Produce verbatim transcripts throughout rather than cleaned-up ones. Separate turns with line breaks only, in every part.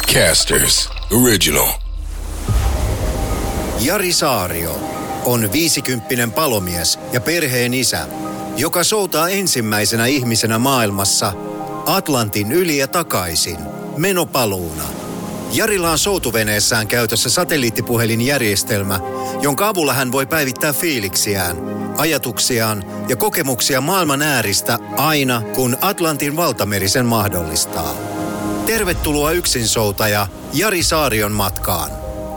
Podcasters Original.
Jari Saario on viisikymppinen palomies ja perheen isä, joka soutaa ensimmäisenä ihmisenä maailmassa Atlantin yli ja takaisin menopaluuna. Jarilla on soutuveneessään käytössä satelliittipuhelinjärjestelmä, jonka avulla hän voi päivittää fiiliksiään, ajatuksiaan ja kokemuksia maailman ääristä aina, kun Atlantin valtameri sen mahdollistaa. Tervetuloa yksinsoutaja Jari Saarion matkaan.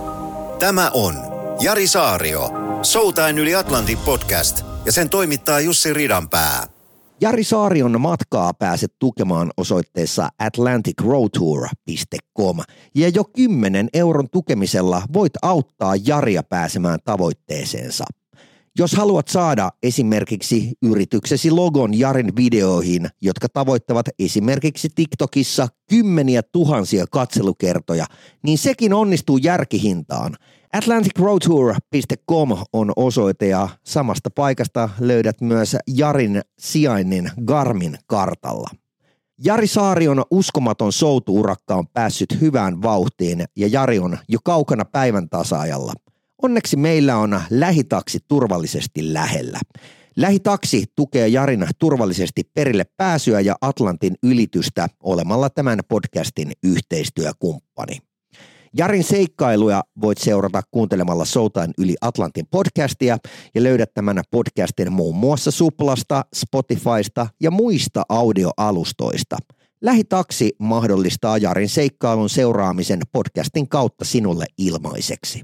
Tämä on Jari Saario, Soutaen yli Atlantin podcast, ja sen toimittaa Jussi Ridanpää.
Jari Saarion matkaa pääset tukemaan osoitteessa atlantic road tour piste com ja jo kymmenen euron tukemisella voit auttaa Jaria pääsemään tavoitteeseensa. Jos haluat saada esimerkiksi yrityksesi logon Jarin videoihin, jotka tavoittavat esimerkiksi TikTokissa kymmeniä tuhansia katselukertoja, niin sekin onnistuu järkihintaan. atlantic road tour piste com on osoite ja samasta paikasta löydät myös Jarin sijainnin Garmin kartalla. Jari Saarion uskomaton soutuurakka on päässyt hyvään vauhtiin ja Jari on jo kaukana päivän tasaajalla. Onneksi meillä on lähitaksi turvallisesti lähellä. Lähitaksi tukee Jarin turvallisesti perille pääsyä ja Atlantin ylitystä olemalla tämän podcastin yhteistyökumppani. Jarin seikkailuja voit seurata kuuntelemalla Soutaen yli Atlantin podcastia ja löydät tämän podcastin muun muassa Suplasta, Spotifysta ja muista audioalustoista. Lähitaksi mahdollistaa Jarin seikkailun seuraamisen podcastin kautta sinulle ilmaiseksi.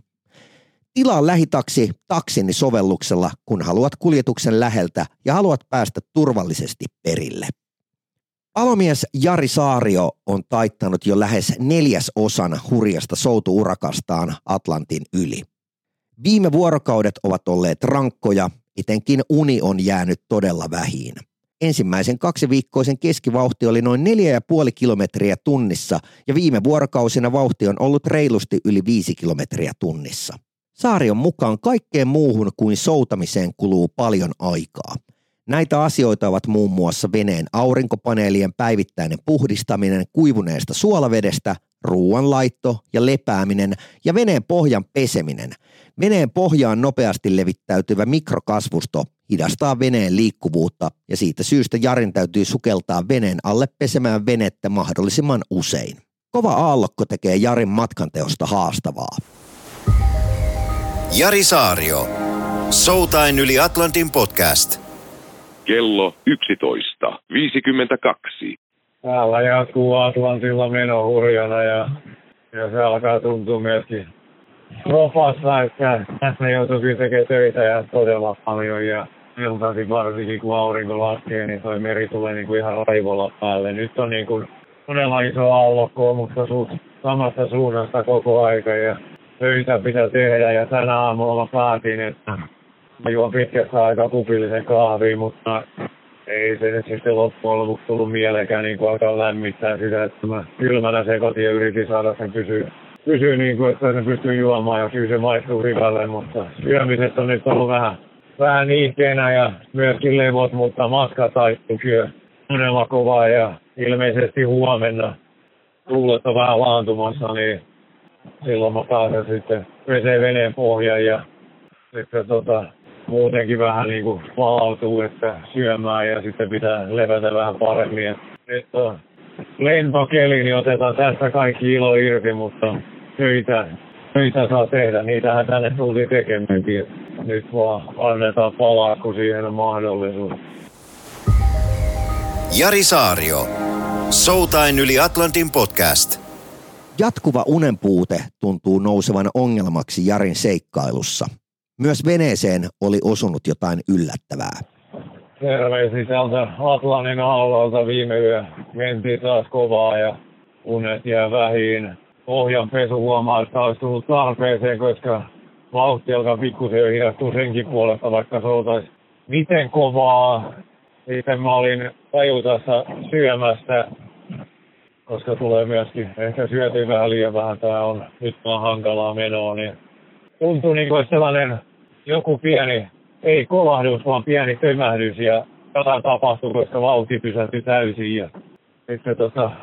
Tilaa Lähitaksi taksini sovelluksella, kun haluat kuljetuksen läheltä ja haluat päästä turvallisesti perille. Palomies Jari Saario on taittanut jo lähes neljäsosan hurjasta soutuurakastaan Atlantin yli. Viime vuorokaudet ovat olleet rankkoja, etenkin uni on jäänyt todella vähiin. Ensimmäisen kaksiviikkoisen keskivauhti oli noin neljä ja puoli kilometriä tunnissa ja viime vuorokausina vauhti on ollut reilusti yli viisi kilometriä tunnissa. Saarion mukaan kaikkeen muuhun kuin soutamiseen kuluu paljon aikaa. Näitä asioita ovat muun muassa veneen aurinkopaneelien päivittäinen puhdistaminen kuivuneesta suolavedestä, ruoanlaitto ja lepääminen ja veneen pohjan peseminen. Veneen pohjaan nopeasti levittäytyvä mikrokasvusto hidastaa veneen liikkuvuutta ja siitä syystä Jarin täytyy sukeltaa veneen alle pesemään venettä mahdollisimman usein. Kova aallokko tekee Jarin matkanteosta haastavaa.
Jari Saario, Soutaen yli Atlantin podcast.
Kello yksitoista viisikymmentäkaksi.
Täällä jatkuu Atlantilla meno hurjana ja, ja se alkaa tuntua myöskin ropassa, että tässä joutuu kyllä tekemään töitä ja todella paljon ja iltaisin varsinkin kun aurinko laskee, niin toi meri tulee niin kuin ihan raivolla päälle. Nyt on niin kuin todella iso aallokko, mutta su- samasta suunnasta koko aika ja töitä pitää tehdä ja tänä aamulla päätin, että mä juon pitkästä aikaa kupillisen kahvia, mutta ei se nyt sitten loppujen lopuksi tullut mielekään niin kuin alkaa lämmittää sitä, että mä kylmänä sekoitin ja yritin saada sen pysyä, pysyä niin kuin, että sen pystyy juomaan ja kyllä se maistuu hyvälle, mutta syömiset on nyt ollut vähän, vähän niikkeenä ja myöskin levot, mutta matka taittuu kyllä todella kovaa ja ilmeisesti huomenna tuulet on vähän laantumassa, niin silloin mä pääsen sitten pesee veneen pohjan ja sitten tota, muutenkin vähän niin kuin palautuu, että syömään ja sitten pitää levätä vähän paremmin. Nyt on lentokeli, niin otetaan tästä kaikki ilo irti, mutta töitä, töitä saa tehdä. Niitähän tänne tultiin tekemäänkin. Nyt vaan annetaan palaa, kun siihen on mahdollisuus.
Jari Saario, Soutaen yli Atlantin podcast.
Jatkuva unenpuute tuntuu nousevan ongelmaksi Jarin seikkailussa. Myös veneeseen oli osunut jotain yllättävää.
Terveisiä täältä Atlantin alueelta viime yö. Mentiin taas kovaa ja unet jää vähiin. Pohjanpesu huomaa, että olisi tullut tarpeeseen, koska vauhti alkaa pikkusen jo hidastua senkin puolesta, vaikka soutaisi miten kovaa. Sitten mä olin tajutassa syömästä, koska tulee myöskin, ehkä syötiin vähän liian vähän, tää on nyt vaan hankalaa menoa, niin tuntuu niin kuin sellainen joku pieni, ei kolahdus, vaan pieni tömähdys ja jotain tapahtui, koska vauhti pysähtyi täysin ja sitten tota,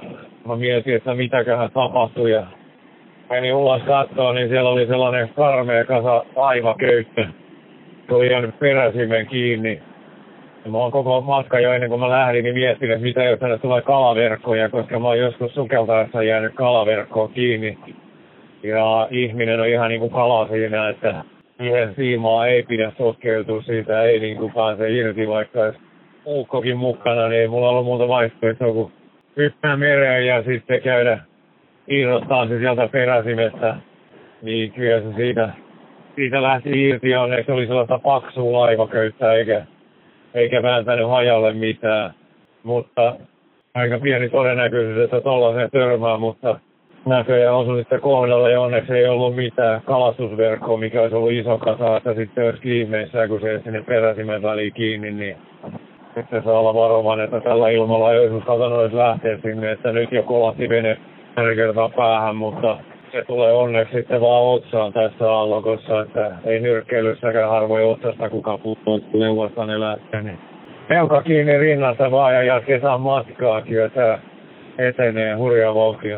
mä mietin, että mitäköhän tapahtui ja menin ulos katsoa, niin siellä oli sellainen karmea kasa laivaköyttä. Se oli jäänyt peräsimen kiinni. Ja mä oon koko matka jo ennen kuin mä lähdin, niin miettin, että mitä jos tänne tulee kalaverkkoja, koska mä oon joskus sukeltaessa jäänyt kalaverkkoon kiinni. Ja ihminen on ihan niin kuin kala siinä, että siihen siimaa ei pidä sotkeutua, siitä ei niin kuin pääse irti, vaikka olisi uukkokin mukana, niin ei mulla ollut muuta vaihtoehtoa kuin hyppää mereen ja sitten käydä irrottaa se sieltä peräsimestä. Niin kyllä se siitä, siitä lähti irti ja onneksi oli sellaista paksua laivaköyttä eikä, eikä vääntänyt hajalle mitään. Mutta aika pieni todennäköisyys, että tollaiseen törmää, mutta näköjään osui sitten kohdalle ja onneksi ei ollut mitään kalastusverkkoa, mikä olisi ollut iso kasa, että sitten olisi kiimeissään, kun se sinne peräsimen väliin kiinni, niin sitten saa olla varovainen, että tällä ilmalla ei olisi uskaltanut edes lähteä sinne, että nyt jo kolahti vene pari kertaa päähän, mutta se tulee onneksi sitten vaan otsaan tässä allokossa, että ei nyrkkeilyssäkään harvoin otsasta kukaan puuttuu, kun neuvostaan ne lähtee, niin pelka kiinni rinnasta vaan ja jatketaan matkaakin, ja tämä etenee hurjaa vauhtia.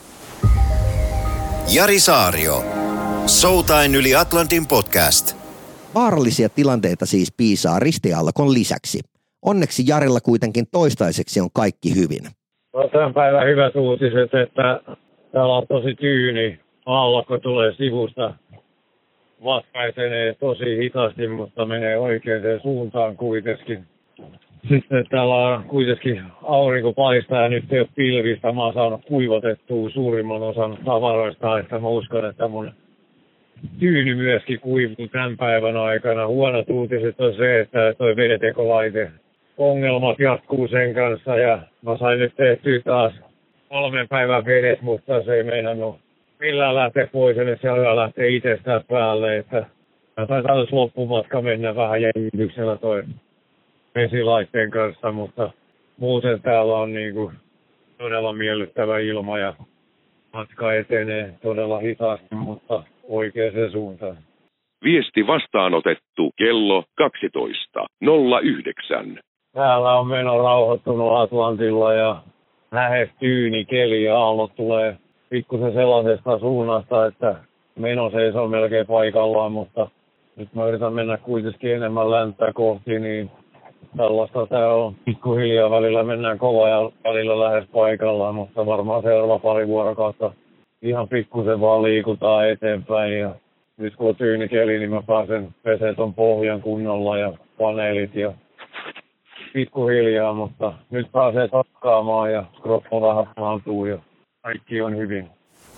Jari Saario. Soutain yli Atlantin podcast.
Vaarallisia tilanteita siis piisaa ristiaallokon lisäksi. Onneksi Jarilla kuitenkin toistaiseksi on kaikki hyvin.
No, tämän päivän hyvät uutiset, että täällä on tosi tyyni. Aallokko tulee sivusta. Matka etenee tosi hitaasti, mutta menee oikeaan suuntaan kuitenkin. Sitten täällä on kuitenkin aurinko paistaa ja nyt ei ole pilvistä. Mä oon saanut kuivatettua suurimman osan tavaroista, että mä uskon, että mun tyyny myöskin kuivuu tämän päivän aikana. Huonot uutiset on se, että toi vedentekolaite ongelmat jatkuu sen kanssa ja mä sain nyt tehtyä taas kolmen päivän vedet, mutta se ei meinannut millään lähteä pois, eli se alkaa lähteä itsestään päälle, että taitaa olisi loppumatka mennä vähän jännityksellä toi vesilaitteen kanssa, mutta muuten täällä on niinku todella miellyttävä ilma ja matka etenee todella hitaasti, mutta oikeaan suuntaan.
Viesti vastaanotettu kello kaksitoista nolla yhdeksän.
Täällä on meno rauhoittunut Atlantilla ja lähes tyyni keli ja aallot tulee pikkusen sellaisesta suunnasta, että meno seisoo melkein paikallaan, mutta nyt mä yritän mennä kuitenkin enemmän länttä kohti, niin tällaista tää on. Pikkuhiljaa välillä mennään kova ja välillä lähes paikallaan, mutta varmaan seuraava pari vuorokautta ihan pikkusen vaan liikutaan eteenpäin. Ja nyt kun on tyyni keli, niin mä pääsen pesee ton pohjan kunnolla ja paneelit ja pikkuhiljaa, mutta nyt pääsee takkaamaan ja kroppa vähän palautuu ja kaikki on hyvin.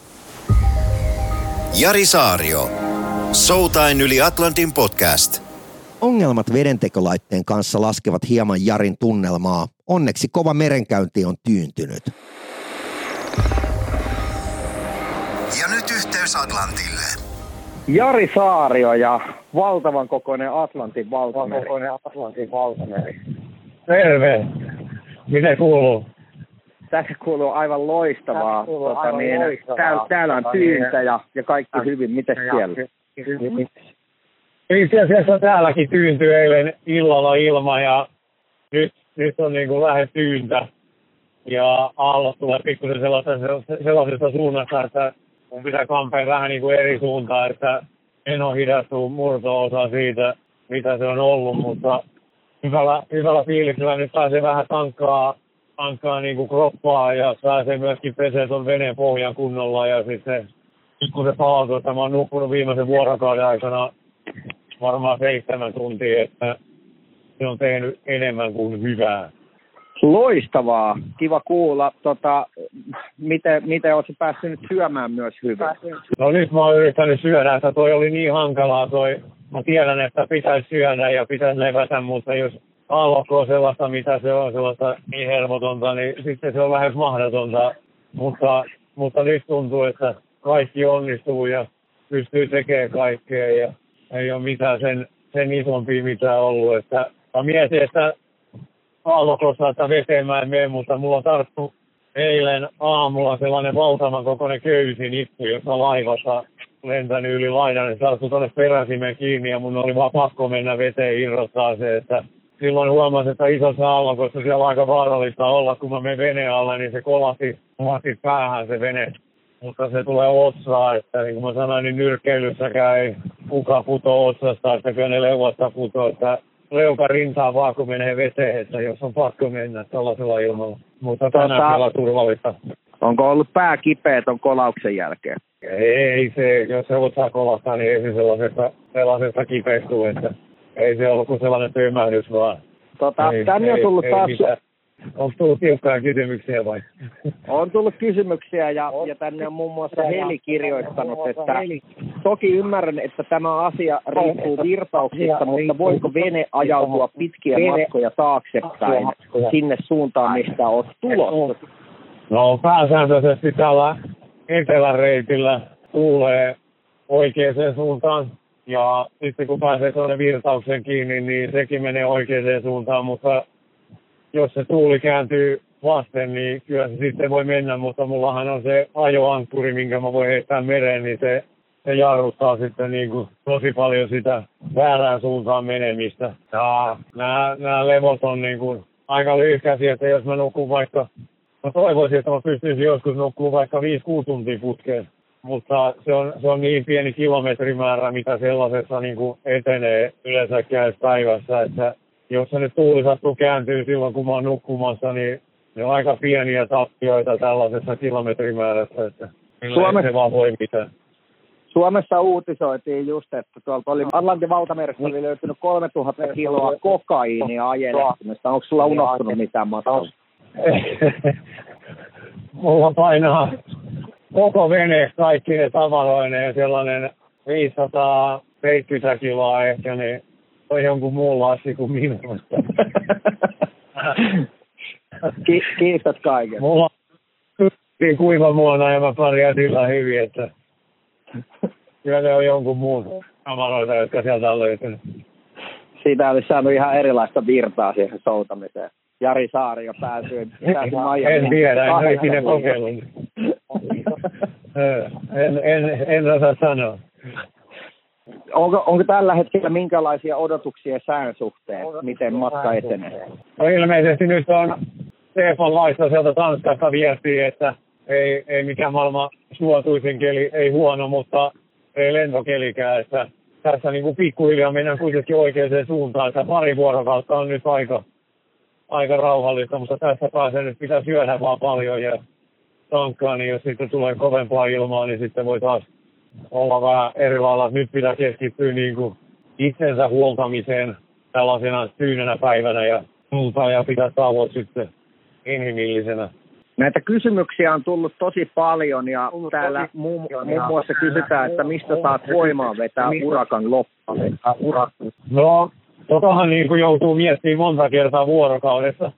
Jari Saario. Soutain yli Atlantin podcast.
Ongelmat vedentekolaitteen kanssa laskevat hieman Jarin tunnelmaa. Onneksi kova merenkäynti on tyyntynyt.
Ja nyt yhteys Atlantille.
Jari Saario ja valtavan kokoinen Atlantin valtameri.
Kokoinen Atlantin valtameri. Terve. Miten kuuluu?
Tässä kuuluu aivan loistavaa.
Kuuluu
tota,
aivan
niin,
loistavaa.
Täällä, täällä on tyyntä ja, ja kaikki
ja,
hyvin. Mites
ja,
siellä?
Itse asiassa täälläkin tyyntyi eilen illalla ilma ja nyt, nyt on niin kuin lähes tyyntä. Ja aallot tulee pikkusen sellaisesta, sellaisesta suunnasta, että mun pitää kampea vähän niin kuin eri suuntaan, että en ole hidastunut murto-osa siitä, mitä se on ollut, mutta hyvällä, hyvällä fiiliksellä nyt pääsee vähän tankkaa, tankkaa niin kuin kroppaa ja pääsee myöskin pesee ton veneen pohjan kunnolla ja sitten nyt kun se palautuu, että mä oon nukkunut viimeisen vuorokauden aikana varmaan seitsemän tuntia, että se on tehnyt enemmän kuin hyvää.
Loistavaa. Kiva kuulla. Tota, miten, miten olet päässyt nyt syömään myös hyvin?
No nyt mä oon yrittänyt syödä, että toi oli niin hankalaa toi. Mä tiedän, että pitäisi syödä ja pitäisi levätä, mutta jos aallokko on sellaista, mitä se on, sellaista niin hermotonta, niin sitten se on lähes mahdotonta. Mutta, mutta nyt tuntuu, että kaikki onnistuu ja pystyy tekemään kaikkea ja ei ole mitään sen, sen isompia mitään ollut. Että mä mietin, että aallokossa, että veteen mä en mene, mutta mulla on tarttu eilen aamulla sellainen valtavan kokoinen köysinippu, jossa laivassa lentänyt yli laidan, niin tarttu tuonne peräsimeen kiinni ja mun oli vaan pakko mennä veteen irrottaa se, että silloin huomasin, että isossa allokossa siellä on aika vaarallista olla, kun mä menen veneen alle, niin se kolahti, kolahti päähän se vene. Mutta se tulee otsaa, että niin kuin mä sanoin, niin nyrkkeilyssäkään ei kukaan putoa otsasta, että kyllä ne leuasta putoa, että leuka rintaa vaan kun menee veteen, että jos on pakko mennä tällaisella ilmalla. Mutta tänään kyllä turvallista.
Onko ollut pää kipeä ton kolauksen jälkeen?
Ei se, jos se otsaa kolahtaa, niin ei se sellaisesta, sellaisesta kipeistuu, että ei se ollut kuin sellainen tymähdys vaan.
Tota,
ei,
tänne on tullut
ei,
taas...
Ei onko tullut tiukkaa kysymyksiä vai?
On tullut kysymyksiä ja, ja tänne on muun muassa Heli kirjoittanut, että toki ymmärrän, että tämä asia riippuu virtauksista, mutta voiko vene ajautua pitkiä matkoja taaksepäin sinne suuntaan, mistä olet tulossa?
No pääsääntöisesti tällä eteläreitillä tuulee oikeaan suuntaan. Ja sitten kun pääsee tuonne virtauksen kiinni, niin sekin menee oikeaan suuntaan, mutta jos se tuuli kääntyy vasten, niin kyllä se sitten voi mennä, mutta mullahan on se ajoankkuri, minkä mä voin heittää mereen, niin se, se jarruttaa sitten niin kuin tosi paljon sitä väärään suuntaan menemistä. Ja nämä, nämä levot on niin kuin aika lyhkäisiä, että jos mä nukun vaikka, mä toivoisin, että mä pystyisin joskus nukkumaan vaikka viisi kuusi tuntia putkeen. Mutta se on, se on niin pieni kilometrimäärä, mitä sellaisessa niin kuin etenee yleensäkin päivässä, että jos se nyt tuuli sattuu kääntyy silloin, kun mä oon nukkumassa, niin ne on aika pieniä tappioita tällaisessa kilometrimäärässä, että Suomessa, se vaan voi mitään.
Suomessa uutisoitiin just, että tuolta oli Atlantin valtameressä oli löytynyt kolmetuhatta kiloa kokaiinia ajelehtimista. Onko sulla unohtunut mitään matkalla?
Mulla painaa koko vene kaikki ne tavaroineen ja sellainen viisisataaseitsemänkymmentä kiloa ehkä, niin on jonkun muun lassi kuin minun.
Ki- kiitos kaiken.
Mulla on kuiva muona ja mä pärjään sillä hyvin, että kyllä ne on jonkun muun tavaroita, jotka sieltä on löytynyt.
Siitä olisi saanut ihan erilaista virtaa siihen soutamiseen. Jari Saario pääsyi, pääsyi Miamiin.
En tiedä, en ole ikinä kokeillut. en, en, en osaa sanoa.
Onko, onko tällä hetkellä minkälaisia odotuksia sään suhteen, miten matka etenee?
No ilmeisesti nyt on Stefan Laissa sieltä Tanskasta viestiä, että ei, ei mikään maailman suotuisin keli, ei huono, mutta ei lentokelikään. Että tässä niin kuin pikkuhiljaa mennään kuitenkin oikeaan suuntaan, että pari vuorokautta on nyt aika, aika rauhallista, mutta tässä pääsee nyt pitää syödä vaan paljon ja tankkaa, niin jos sitten tulee kovempaa ilmaa, niin sitten voi taas olla vähän eri lailla. Nyt pitää keskittyä niin kuin itsensä huoltamiseen tällaisena tyynänä päivänä ja muuta ja pitää tavoit sitten inhimillisenä.
Näitä kysymyksiä on tullut tosi paljon ja täällä muun muassa kysytään, että mistä saat voimaa vetää urakan loppuun.
No, totahan niin kuin joutuu miettimään monta kertaa vuorokaudessa.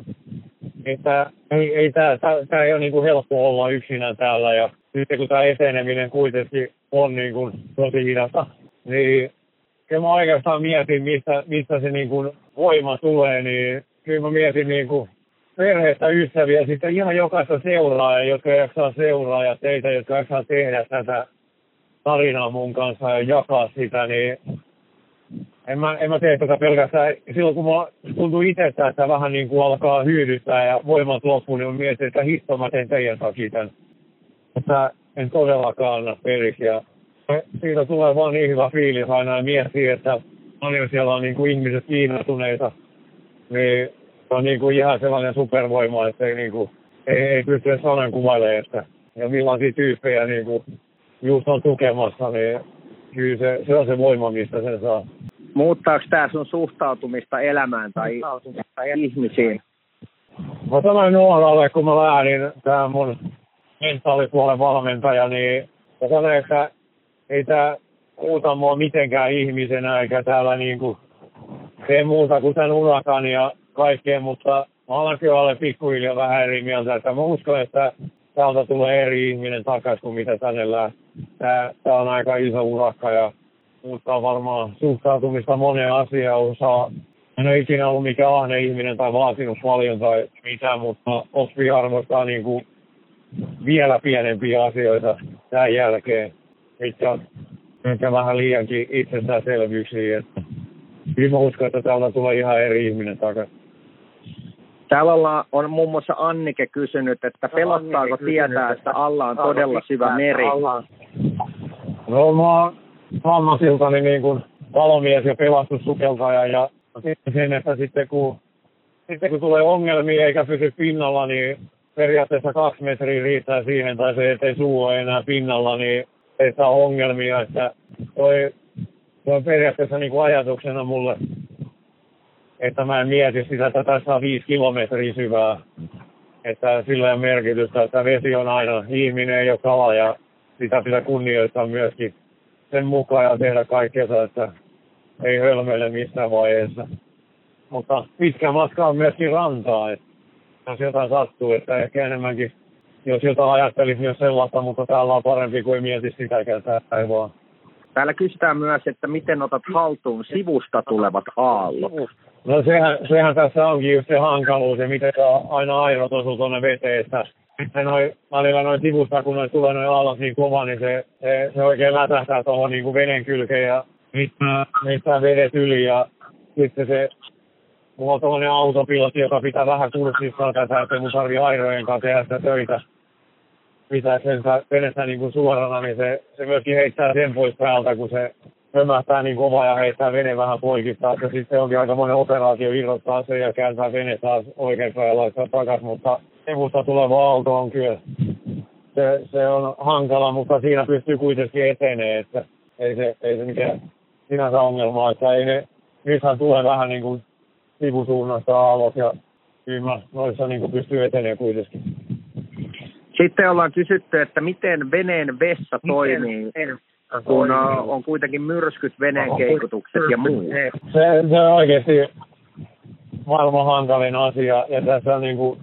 Että ei, ei tämä, tämä ei ole niin kuin helppo olla yksinään täällä ja sitten kun tämä eteneminen kuitenkin on niin kuin tosi hidasta, niin kyllä mä oikeastaan mietin, mistä, mistä se niin kuin voima tulee, niin kyllä mä mietin niin kuin perheestä, ystäviä, sitten ihan jokaista seuraajaa, jotka jaksaa seuraa ja teitä, jotka jaksaa tehdä tätä tarinaa mun kanssa ja jakaa sitä, niin en mä, en mä tee tätä pelkästään. Silloin kun mä tuntuu itsestä, että vähän niin kuin alkaa hyödyttää ja voimat loppuu, niin mä mietin, että hitto mä teen teidän takia tämän. Että en todellakaan anna periksi. Ja siitä tulee vaan niin hyvä fiilis aina ja miettii, että paljon siellä on niin kuin ihmiset kiinnostuneita. Niin se on niin kuin ihan sellainen supervoima, että ei, niin kuin, ei, ei pysty edes sanan kuvailemaan. Että, ja millaisia tyyppejä niin kuin just on tukemassa, niin kyllä se, se on se voima, mistä sen saa.
Muuttaako tämä sun suhtautumista elämään tai ihmisiin?
Mä sanoin nuoralle, kun mä lähdin, tämä mun mentaalipuolen valmentaja, niin mä sanoin, että ei tämä muuta mua mitenkään ihmisenä, eikä täällä niinku tee muuta kuin tämän urakan ja kaikkea, mutta mä alan kyllä ole pikkuhiljaa vähän eri mieltä, että mä uskon, että täältä tulee eri ihminen takaisin kuin mitä tänne lähtee. Tää, tää on aika iso urakka ja muuttaa varmaan suhtautumista moneen asiaan. Osaa. En ole ikinä ollut mikään ahne ihminen tai vaatinut paljon tai mitään, mutta oppii arvostaa niin kuin vielä pienempiä asioita tämän jälkeen. Mitkä on ehkä vähän liiankin itsestäänselvyyksiä. Että kyllä mä uskon, että täältä tulee ihan eri ihminen takaisin.
Täällä ollaan, on muun muassa Annike kysynyt, että pelottaako tietää, että alla on todella syvä meri?
No mä oon ammatiltani niin kuin palomies ja pelastussukeltaja ja sen, että sitten kun, sitten kun tulee ongelmia eikä pysy pinnalla, niin periaatteessa kaksi metriä riittää siihen, tai se, ettei suu ole enää pinnalla, niin ei saa ongelmia. Että toi, toi on periaatteessa niin kuin ajatuksena mulle, että mä en mieti sitä, että tässä on viisi kilometriä syvää. Että sillä on merkitystä, että vesi on aina ihminen, ei ole kala, ja sitä pitää kunnioittaa myöskin sen mukaan ja tehdä kaikkea, että ei hölmöile missään vaiheessa. Mutta pitkä matka on myöskin rantaa, että jos jotain sattuu, että ehkä enemmänkin, jos jotain ajattelisi myös sellaista, mutta täällä on parempi kuin mietisi sitäkään, tää ei vaan.
Täällä kysytään myös, että miten otat haltuun sivusta tulevat aallot?
No sehän, sehän tässä onkin just se hankaluus ja miten aina airot osuu tuonne veteen. Sitten noi, välillä noin sivusta, kun noi tulee noin aallot niin kova, niin se, se, se oikein lätähtää tuohon niin kuin veden kylkeen ja mistään vedet yli. Ja sitten se, mulla on tuollainen autopilotti, joka pitää vähän kurssissaan tätä, että mun tarvii airojen kanssa tehdä sitä töitä. Pitää sen venettä niin kuin suorana, niin se, se myöskin heittää sen pois päältä, kun se hömähtää niin kova ja heittää vene vähän poikittaa. Ja sitten se onkin aikamoinen operaatio irrottaa sen ja kääntää vene taas oikein päin laittaa takaisin, mutta sivusta tuleva auto on kyllä. Se, se on hankala, mutta siinä pystyy kuitenkin etenee, että ei se, ei se mikään sinänsä ongelmaa, että ei ne, nythän tulee vähän niin kuin sivusuunnasta aallot ja kyllä noissa niin kuin pystyy etenee kuitenkin.
Sitten ollaan kysytty, että miten veneen vessa toimii, kun on kuitenkin myrskyt, veneen keikutukset ja muu.
Se, se on oikeasti maailman hankalin asia. Ja tässä on niin kuin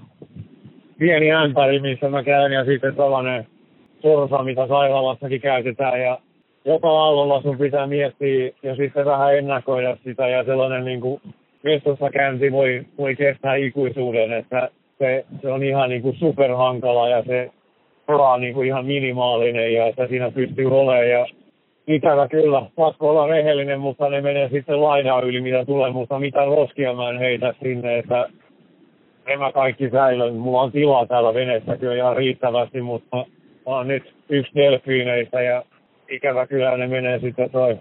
pieni ämpäri, missä mä käyn, ja sitten tällainen sorsa, mitä sairaalassakin käytetään. Ja joka aallolla sun pitää miettiä ja sitten vähän ennakoida sitä. Ja sellainen niin kuin vessassa käynti voi, voi kestää ikuisuuden, että Se, se on ihan niin kuin superhankala ja se on niin kuin ihan minimaalinen ja että siinä pystyy olemaan. Ja ikävä kyllä, pakko olla rehellinen, mutta ne menee sitten lainaa yli, mitä tulee, mutta mitä roskia mä en heitä sinne, että en mä kaikki säilön. Mulla on tilaa täällä veneessä kyllä ihan riittävästi, mutta mä oon nyt yksi delfiineistä ja ikävä kyllä ne menee sitten toi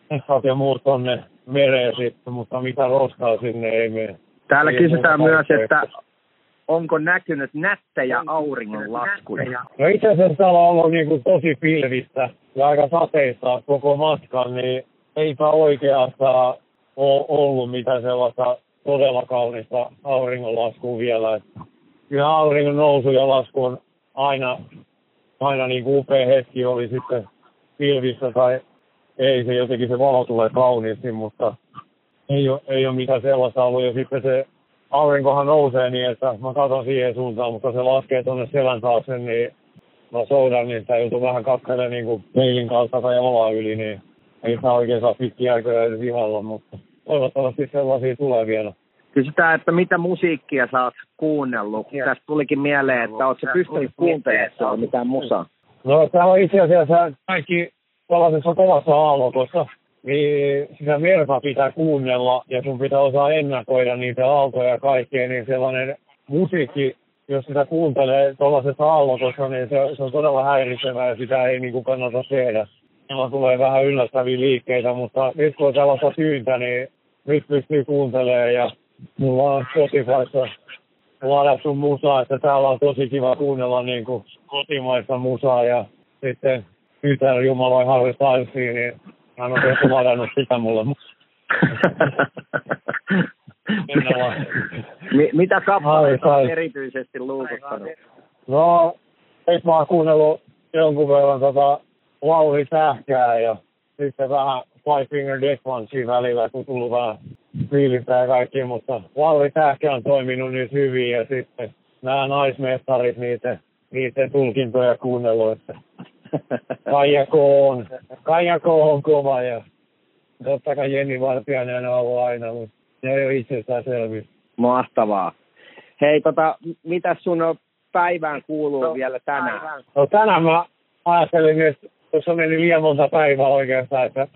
ja muut tonne mereen sitten, mutta mitä roskaa sinne ei mene.
Täällä ei kysytään myös, että onko näkynyt nättejä auringonlaskuja?
No itse asiassa täällä on ollut niin kuin tosi pilvistä ja aika sateista koko matkan, niin eipä oikeastaan ole ollut mitään sellaista todella kaunista auringonlaskua vielä. Kyllä auringon nousu ja lasku on aina, aina niin kuin upea hetki, oli sitten pilvissä tai ei, se jotenkin se valo tulee kauniisti, mutta ei ole, ei ole mitään sellaista ollut. Ja sitten se aurinkohan nousee niin, että mä katson siihen suuntaan, mutta se laskee tuonne selän taakse, niin mä soudan, niin sitä joutuu vähän katselemaan niin kuin peilin kautta tai olaa yli, niin ei saa oikein saa pitkiä aikoja edes ihalla, mutta toivottavasti sellaisia tulee vielä.
Kysytään, että mitä musiikkia sä oot kuunnellut? Tästä tulikin mieleen, että oot sä pystynyt kuuntelemaan mitään musaa?
No tää on itse asiassa kaikki tällaisessa kovassa aallokossa. Niin sitä merta pitää kuunnella ja sun pitää osaa ennakoida niitä aaltoja ja kaikkea, niin sellainen musiikki, jos sitä kuuntelee tuollaisessa aallokossa, niin se, se on todella häiritsevää ja sitä ei niin kuin kannata tehdä. Meillä tulee vähän yllättäviä liikkeitä, mutta nyt kun on tällaista syyntä, niin nyt pystyy kuuntelemaan ja mulla on Spotifyssa ladattu musaa, että täällä on tosi kiva kuunnella niin kuin kotimaista musaa ja sitten tytär Jumaloi Harry Stylesiin, niin hän on tehty ladannut sitä mulle.
Mitä kappaleita on erityisesti luukuttanut?
No, nyt mä oon kuunnellut jonkun verran tota Lauri Tähkää ja sitten vähän Five Finger Death Punchia välillä, kun tullut vähän fiilistä ja kaikki, mutta Lauri Tähkä on toiminut nyt hyvin ja sitten nämä naismestarit niiden, niiden tulkintoja kuunnellut, että Kaija K on, Kaija K on kova ja totta kai Jenni Vartiainen on ollut aina, mutta se ei ole itsestäänselvyys.
Mahtavaa. Hei, tota, mitä sun päivään kuuluu no, vielä tänään?
No tänään mä ajattelin, että tuossa meni liian monta päivää oikeastaan, että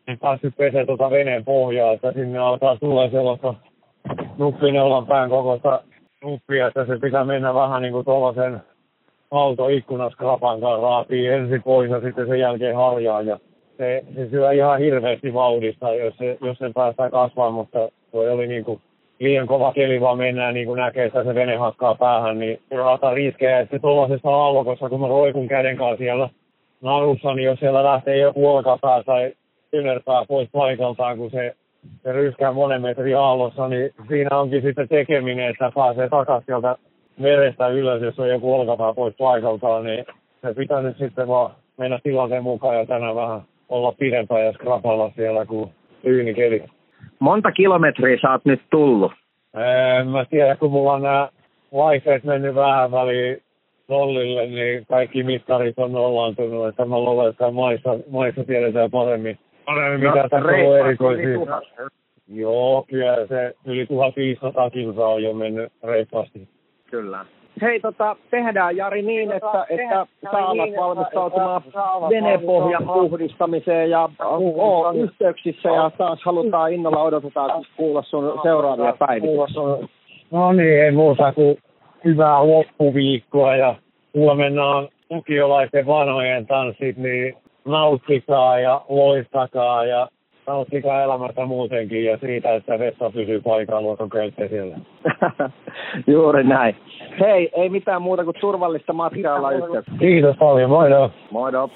en päässyt pesee tuota veneen pohjaa, että sinne alkaa tulla sellaista nuppineulan pään kokoista nuppia, että se pitää mennä vähän niin kuin tuollaisen autoikkunaskrapan kanssa raapii ensin pois ja sitten sen jälkeen harjaa. Ja se, se syö ihan hirveästi vauhdista, jos se, jos se päästään kasvamaan, mutta toi oli niin kuin liian kova keli vaan mennään niin kuin näkee, että se vene hakkaa päähän, niin rata riskejä. Sitten tuollaisessa aallokossa, kun mä roikun käden kanssa siellä narussa, niin jos siellä lähtee joku olkapää tai tynertää pois paikaltaan, kun se, se ryskää monen metrin aallossa, niin siinä onkin sitten tekeminen, että pääsee takaisin sieltä merestä ylös, jos on joku olkapää pois paikaltaan, niin se pitää nyt sitten vaan mennä tilanteen mukaan ja tänään vähän olla pidempään ja skrapalla siellä kuin tyynikeli.
Monta kilometriä sä oot nyt tullut?
En mä tiedä, kun mulla on nämä vaihteet mennyt vähän väliin nollille, niin kaikki mittarit on nollaantunut, että mä luulen, että maissa, maissa tiedetään paremmin, paremmin no, mitä tässä on erikoisia. Joo, kyllä se yli tuhatviisisataa kilsaa on jo mennyt reippaasti.
Kyllä. Hei, tota, tehdään Jari niin, että, että sä alat valmistautumaan venepohjan puhdistamiseen ja oo yhteyksissä ja taas halutaan innolla odotetaan kuulla sun seuraavia päivityksiä.
No niin, ei muuta kuin hyvää loppuviikkoa ja huomenna on lukiolaisten vanhojen tanssit, niin nauttikaa ja loistakaa ja nauttikaa elämästä muutenkin ja siitä, että vessa pysyy paikalla, kun käytte siellä.
Juuri näin. Hei, ei mitään muuta kuin turvallista matkaa yhteyttä.
Kiitos paljon, moido.
Moido.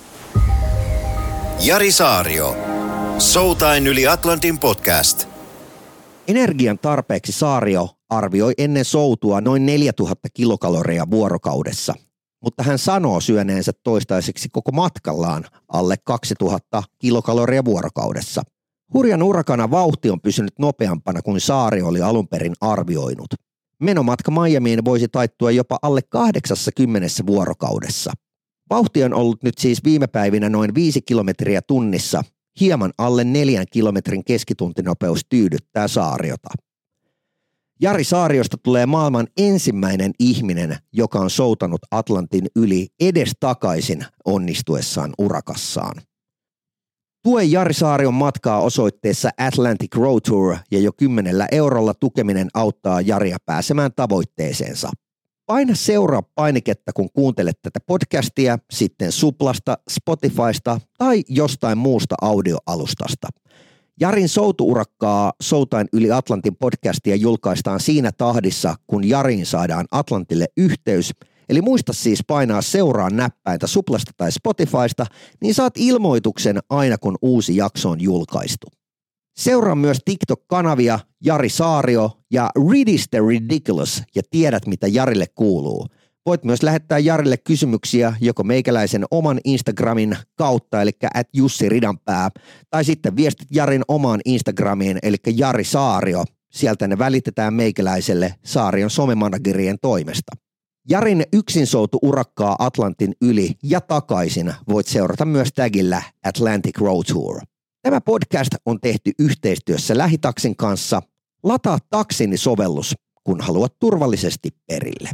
Jari Saario. Soutain yli Atlantin podcast.
Energian tarpeeksi Saario arvioi ennen soutua noin neljätuhatta kilokaloria vuorokaudessa, mutta hän sanoo syöneensä toistaiseksi koko matkallaan alle kaksituhatta kilokaloria vuorokaudessa. Hurjan urakana vauhti on pysynyt nopeampana kuin Saario oli alun perin arvioinut. Menomatka Miamiin voisi taittua jopa alle kahdeksankymmentä vuorokaudessa. Vauhti on ollut nyt siis viime päivinä noin viisi kilometriä tunnissa. Hieman alle neljän kilometrin keskituntinopeus tyydyttää Saariota. Jari Saariosta tulee maailman ensimmäinen ihminen, joka on soutanut Atlantin yli edestakaisin onnistuessaan urakassaan. Tue Jari Saarion matkaa osoitteessa Atlantic Road Tour ja jo kymmenellä eurolla tukeminen auttaa Jaria pääsemään tavoitteeseensa. Paina seuraa painiketta, kun kuuntelet tätä podcastia, sitten Suplasta, Spotifysta tai jostain muusta audioalustasta. Jarin soutuurakkaa Soutain yli Atlantin podcastia julkaistaan siinä tahdissa, kun Jariin saadaan Atlantille yhteys. Eli muista siis painaa seuraa näppäintä Suplasta tai Spotifysta, niin saat ilmoituksen aina kun uusi jakso on julkaistu. Seuraa myös TikTok-kanavia Jari Saario ja Ridis the Ridiculous ja tiedät mitä Jarille kuuluu. Voit myös lähettää Jarille kysymyksiä joko meikäläisen oman Instagramin kautta, eli at Jussi Ridanpää, tai sitten viestit Jarin omaan Instagramiin, eli Jari Saario. Sieltä ne välitetään meikäläiselle Saarion somemanagerien toimesta. Jarin yksinsoutu urakkaa Atlantin yli ja takaisin voit seurata myös tagillä Atlantic Road Tour. Tämä podcast on tehty yhteistyössä Lähitaksin kanssa. Lataa Taksini-sovellus, kun haluat turvallisesti perille.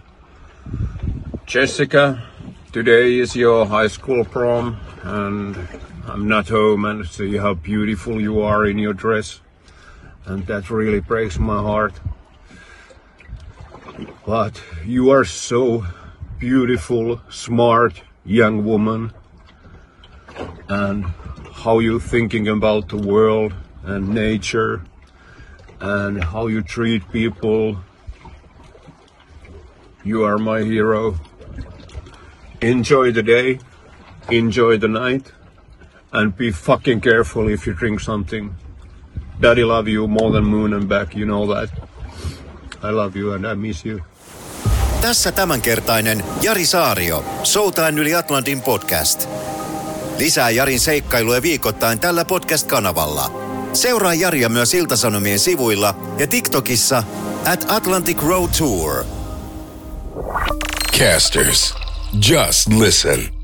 Jessica, today is your high school prom and I'm not home and see how beautiful you are in your dress and that really breaks my heart. But you are so beautiful, smart, young woman and how you thinking about the world and nature and how you treat people. You are my hero. Enjoy the day, enjoy the night, and be fucking careful if you drink something. Daddy love you more than moon and back, you know that. I love you and I miss you.
Tässä tämänkertainen Jari Saario, Soutain yli Atlantin podcast. Lisää Jarin seikkailuja viikoittain tällä podcast-kanavalla. Seuraa Jaria myös Ilta-Sanomien sivuilla ja TikTokissa at Atlantic Road Tour.
Casters, just listen.